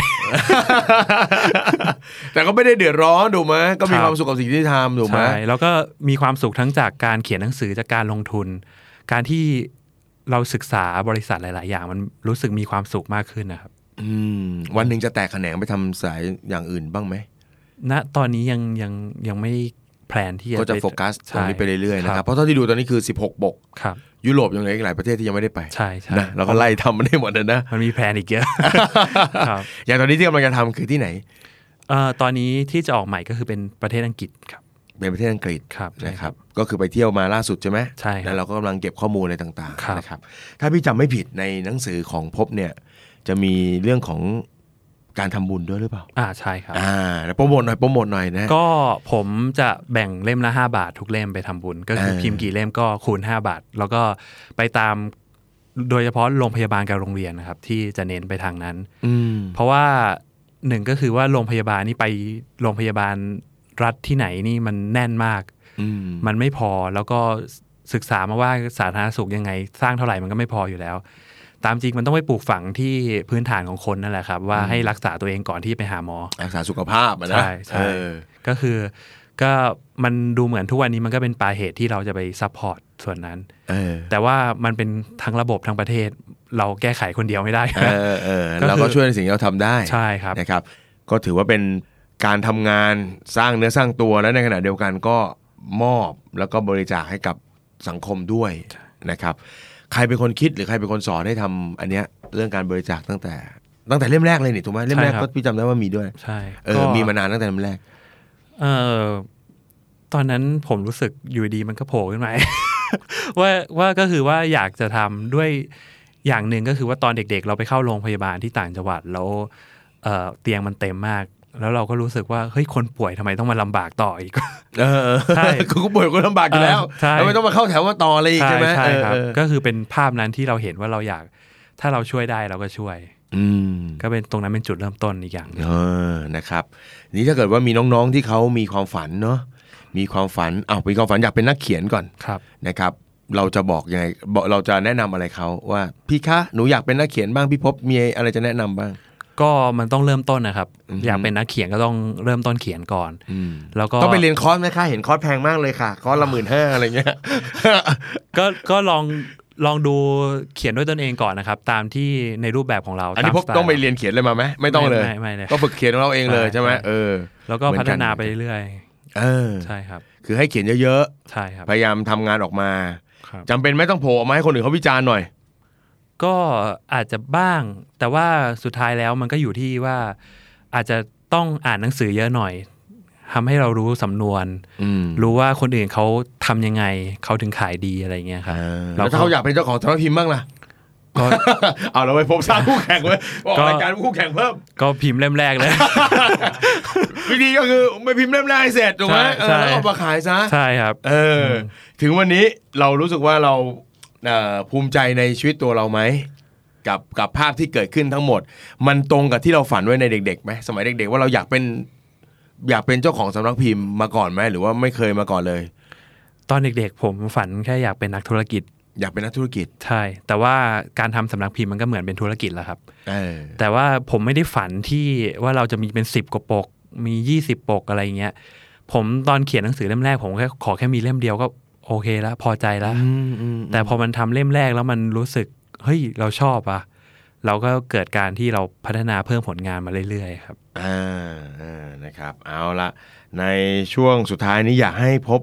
แต่ก็ไม่ได้เดือดร้อนถูกไหมก็มีความสุขกับสิ่งที่ทำถูกไหมใช่แล้วก็มีความสุขทั้งจากการเขียนหนังสือจากการลงทุนการที่เราศึกษาบริษัทหลายๆอย่างมันรู้สึกมีความสุขมากขึ้นนะครับวันหนึ่งจะแตกแขนงไปทำสายอย่างอื่นบ้างไหมณตอนนี้ยังไม่แพลนที่ก็จะโฟกัสตรงนี้ไปเรื่อยๆนะครับเพราะเท่าที่ดูตอนนี้คือ16 บกยุโรปยังเหลืออีกหลายประเทศที่ยังไม่ได้ไปใช่นะเราก็ไล่ทำมันได้หมดเลยนะมันมีแพลนอีกเยอะอย่างตอนนี้ที่กำลังจะทำคือที่ไหนตอนนี้ที่จะออกใหม่ก็คือเป็นประเทศอังกฤษครับเป็นประเทศอังกฤษนะครับก็คือไปเที่ยวมาล่าสุดใช่ไหมใช่แล้วเราก็กำลังเก็บข้อมูลอะไรต่างๆนะครับถ้าพี่จำไม่ผิดในหนังสือของภพเนี่ยจะมีเรื่องของการทำบุญด้วยหรือเปล่าใช่ครับโปรโมทหน่อยนะก็ผมจะแบ่งเล่มละ5 บาททุกเล่มไปทำบุญก็คือพิมพ์กี่เล่มก็คูณ5 บาทแล้วก็ไปตามโดยเฉพาะโรงพยาบาลกับโรงเรียนนะครับที่จะเน้นไปทางนั้นเพราะว่าหนึ่งก็คือว่าโรงพยาบาลนี่ไปโรงพยาบาลรัฐที่ไหนนี่มันแน่นมากมันไม่พอแล้วก็ศึกษามาว่าสาธารณสุขยังไงสร้างเท่าไหร่มันก็ไม่พออยู่แล้วตามจริงมันต้องไปปลูกฝังที่พื้นฐานของคนนั่นแหละครับว่าให้รักษาตัวเองก่อนที่ไปหาหมอรักษาสุขภาพนะใช่ก็คือก็มันดูเหมือนทุกวันนี้มันก็เป็นปลายเหตุที่เราจะไปซัพพอร์ตส่วนนั้นแต่ว่ามันเป็นทั้งระบบทั้งประเทศเราแก้ไขคนเดียวไม่ได้เราก็ช่วยในสิ่งที่เราทำได้ใช่ครับนะครับก็ถือว่าเป็นการทำงานสร้างเนื้อสร้างตัวและในขณะเดียวกันก็มอบแล้วก็บริจาคให้กับสังคมด้วยนะครับใครเป็นคนคิดหรือใครเป็นคนสอนให้ทำอันเนี้ยเรื่องการบริจาคตั้งแต่เล่มแรกเลยนี่ถูกไหมเล่มแรกก็พี่จำได้ว่ามีด้วยใช่มีมานานตั้งแต่เล่มแรกตอนนั้นผมรู้สึกอยู่ดีมันก็โผล่ขึ้นมา ว่าก็คือว่าอยากจะทำด้วยอย่างหนึ่งก็คือว่าตอนเด็กๆเราไปเข้าโรงพยาบาลที่ต่างจังหวัดแล้วเตียงมันเต็มมากแล้วเราก็รู้สึกว่าเฮ้ยคนป่วยทำไมต้องมาลำบากต่ออีกใช่คือคนป่วยก็ลำบากอยู่แล้วทำไมต้องมาเข้าแถวมาต่ออะไรอีกใช่ไหมใช่ครับก็คือเป็นภาพนั้นที่เราเห็นว่าเราอยากถ้าเราช่วยได้เราก็ช่วยก็เป็นตรงนั้นเป็นจุดเริ่มต้นอีกอย่างนะครับนี่ถ้าเกิดว่ามีน้องๆที่เขามีความฝันเนาะมีความฝันมีความฝันอยากเป็นนักเขียนก่อนนะครับเราจะบอกยังไงเราจะแนะนำอะไรเขาว่าพี่คะหนูอยากเป็นนักเขียนบ้างพี่พบมีอะไรจะแนะนำบ้างก็มันต้องเริ่มต้นนะครับอยากเป็นนักเขียนก็ต้องเริ่มต้นเขียนก่อนแล้วก็ต้องไปเรียนคอร์สไหมคะเห็นคอร์สแพงมากเลยค่ะคอร์สละ 15,000 อะไรเงี้ยก็ลองดูเขียนด้วยตนเองก่อนนะครับตามที่ในรูปแบบของเราอันนี้พบต้องไปเรียนเขียนเลยมาไหมไม่ต้องเลยก็ฝึกเขียนของเราเองเลยใช่ไหมแล้วก็พัฒนาไปเรื่อยใช่ครับคือให้เขียนเยอะๆใช่ครับพยายามทำงานออกมาจำเป็นไม่ต้องโผล่ออกมาให้คนอื่นเขาวิจารณ์หน่อยก็อาจจะบ้างแต่ว่าสุดท้ายแล้วมันก็อยู่ที่ว่าอาจจะต้องอ่านหนังสือเยอะหน่อยทำให้เรารู้สำนวนรู้ว่าคนอื่นเขาทำยังไงเขาถึงขายดีอะไรเงี้ยครับแล้วถ้าเขาอยากเป็นเจ้าของสำนักพิมพ์บ้างล่ะก็เอาเราไปพบสร้างคู่แข่งไว้บอกรายการคู่แข่งเพิ่มก็พิมพ์เล่มแรกเลยวิธีก็คือไม่พิมพ์เล่มแรกเสร็จถูกไหมแล้วเอามาขายซะใช่ครับถึงวันนี้เรารู้สึกว่าเราภูมิใจในชีวิตตัวเราไหมกับภาพที่เกิดขึ้นทั้งหมดมันตรงกับที่เราฝันไว้ในเด็กๆไหมสมัยเด็กๆว่าเราอยากเป็นเจ้าของสำนักพิมพ์มาก่อนไหมหรือว่าไม่เคยมาก่อนเลยตอนเด็กๆผมฝันแค่อยากเป็นนักธุรกิจอยากเป็นนักธุรกิจใช่แต่ว่าการทำสำนักพิมพ์มันก็เหมือนเป็นธุรกิจแล้วครับแต่ว่าผมไม่ได้ฝันที่ว่าเราจะมีเป็น10 กว่าปกมี20 ปกอะไรเงี้ยผมตอนเขียนหนังสือเล่มแรกผมขอแค่มีเล่มเดียวก็โอเคแล้วพอใจแล้วแต่พอมันทำเล่มแรกแล้วมันรู้สึกเฮ้ยเราชอบอ่ะเราก็เกิดการที่เราพัฒนาเพิ่มผลงานมาเรื่อยๆครับนะครับเอาละในช่วงสุดท้ายนี้อยากให้พบ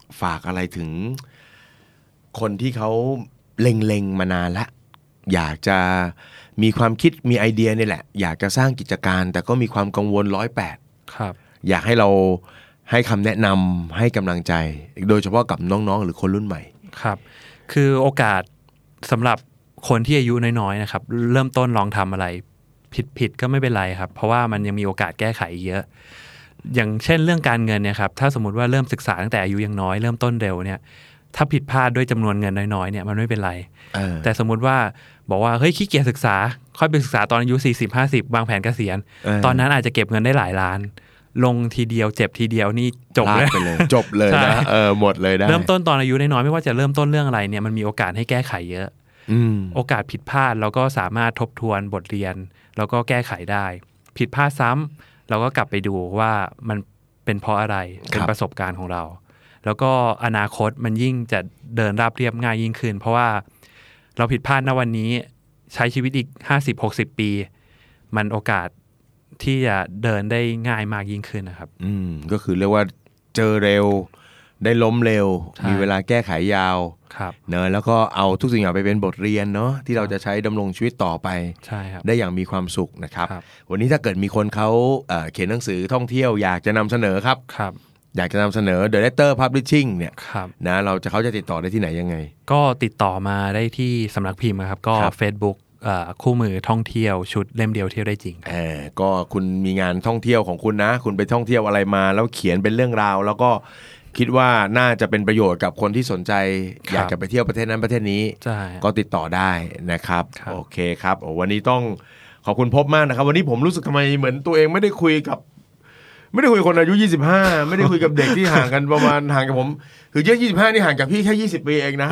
ฝากอะไรถึงคนที่เขาเล็งๆมานานละอยากจะมีความคิดมีไอเดียนี่แหละอยากจะสร้างกิจการแต่ก็มีความกังวล108 ครับอยากให้เราให้คำแนะนำให้กำลังใจโดยเฉพาะกับน้องๆหรือคนรุ่นใหม่ครับคือโอกาสสำหรับคนที่อายุน้อยๆนะครับเริ่มต้นลองทำอะไรผิดก็ไม่เป็นไรครับเพราะว่ามันยังมีโอกาสแก้ไขเยอะอย่างเช่นเรื่องการเงินเนี่ยครับถ้าสมมติว่าเริ่มศึกษาตั้งแต่อายุยังน้อยเริ่มต้นเร็วเนี่ยถ้าผิดพลาดด้วยจำนวนเงินน้อยๆเนี่ยมันไม่เป็นไรแต่สมมติว่าบอกว่าเฮ้ยขี้เกียจศึกษาค่อยไปศึกษาตอนอายุ40-50วางแผนเกษียณตอนนั้นอาจจะเก็บเงินได้หลายล้านลงทีเดียวเจ็บทีเดียวนี่จบเลยจบเลยนะหมดเลยได้เริ่มต้นตอนอายุน้อยๆไม่ว่าจะเริ่มต้นเรื่องอะไรเนี่ยมันมีโอกาสให้แก้ไขเยอะโอกาสผิดพลาดเราก็สามารถทบทวนบทเรียนแล้วก็แก้ไขได้ผิดพลาดซ้ำเราก็กลับไปดูว่ามันเป็นเพราะอะไรเป็นประสบการณ์ของเราแล้วก็อนาคตมันยิ่งจะเดินราบเรียบง่ายยิ่งขึ้นเพราะว่าเราผิดพลาดณวันนี้ใช้ชีวิตอีก 50-60 ปีมันโอกาสที่จะเดินได้ง่ายมากยิ่งขึ้นนะครับก็คือเรียกว่าเจอเร็วได้ล้มเร็วมีเวลาแก้ไขยาวเนอะแล้วก็เอาทุกสิ่งอย่างไปเป็นบทเรียนเนาะที่เราจะใช้ดำรงชีวิตต่อไปได้อย่างมีความสุขนะครับวันนี้ถ้าเกิดมีคนเขาเขียนหนังสือท่องเที่ยวอยากจะนำเสนอครับอยากจะนำเสนอ The Letter Publishing เนี่ยนะเขาจะติดต่อได้ที่ไหนยังไงก็ติดต่อมาได้ที่สำนักพิมพ์ครับก็ Facebook คู่มือท่องเที่ยวชุดเล่มเดียวเที่ยวได้จริงก็คุณมีงานท่องเที่ยวของคุณนะคุณไปท่องเที่ยวอะไรมาแล้วเขียนเป็นเรื่องราวแล้วก็คิดว่าน่าจะเป็นประโยชน์กับคนที่สนใจอยากจะไปเที่ยวประเทศนั้นประเทศนี้ก็ติดต่อได้นะครับโอเคครับวันนี้ต้องขอบคุณพบมากนะครับวันนี้ผมรู้สึกทำไมเหมือนตัวเองไม่ได้คุยคนอายุ25ไม่ได้คุยกับเด็กที่ห่างกันประมาณห่างกับผมคือ25นี่ห่างจากพี่แค่20ปีเองนะ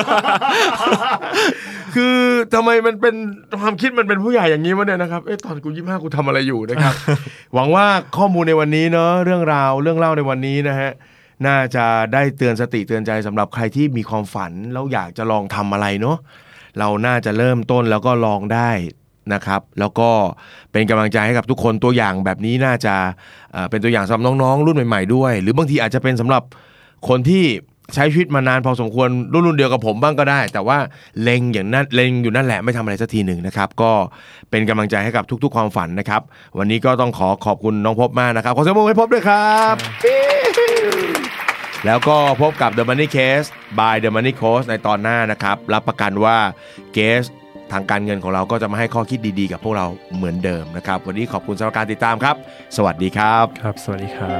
คือทำไมมันเป็นความคิดมันเป็นผู้ใหญ่อย่างนี้วะเนี่ยนะครับตอนกู25กูทำอะไรอยู่นะครับ หวังว่าข้อมูลในวันนี้เนาะเรื่องเล่าในวันนี้นะฮะน่าจะได้เตือนสติเตือนใจสำหรับใครที่มีความฝันแล้วอยากจะลองทำอะไรเนาะเราน่าจะเริ่มต้นแล้วก็ลองได้นะครับแล้วก็เป็นกำลังใจให้กับทุกคนตัวอย่างแบบนี้น่าจะเป็นตัวอย่างสำหรับน้องๆรุ่นใหม่ๆด้วยหรือบางทีอาจจะเป็นสำหรับคนที่ใช้ชีวิตมานานพอสมควรรุ่นเดียวกับผมบ้างก็ได้แต่ว่าเล็งอยู่นั่นแหละไม่ทำอะไรสักทีหนึ่งนะครับก็เป็นกำลังใจให้กับทุกๆความฝันนะครับวันนี้ก็ต้องขอบคุณน้องพบมากนะครับขอเสียงปรบมือให้พบด้วยครับแล้วก็พบกับ The Money Case by The Money Coach ในตอนหน้านะครับรับประกันว่าเกสทางการเงินของเราก็จะมาให้ข้อคิดดีๆกับพวกเราเหมือนเดิมนะครับวันนี้ขอบคุณสำหรับการติดตามครับสวัสดีครับครับสวัสดีครับ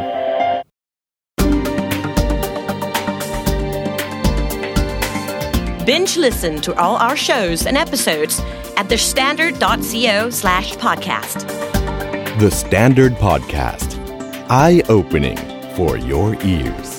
Binge listen to all our shows and episodes at thestandard.co/podcast. The Standard Podcast. Eye-opening for your ears.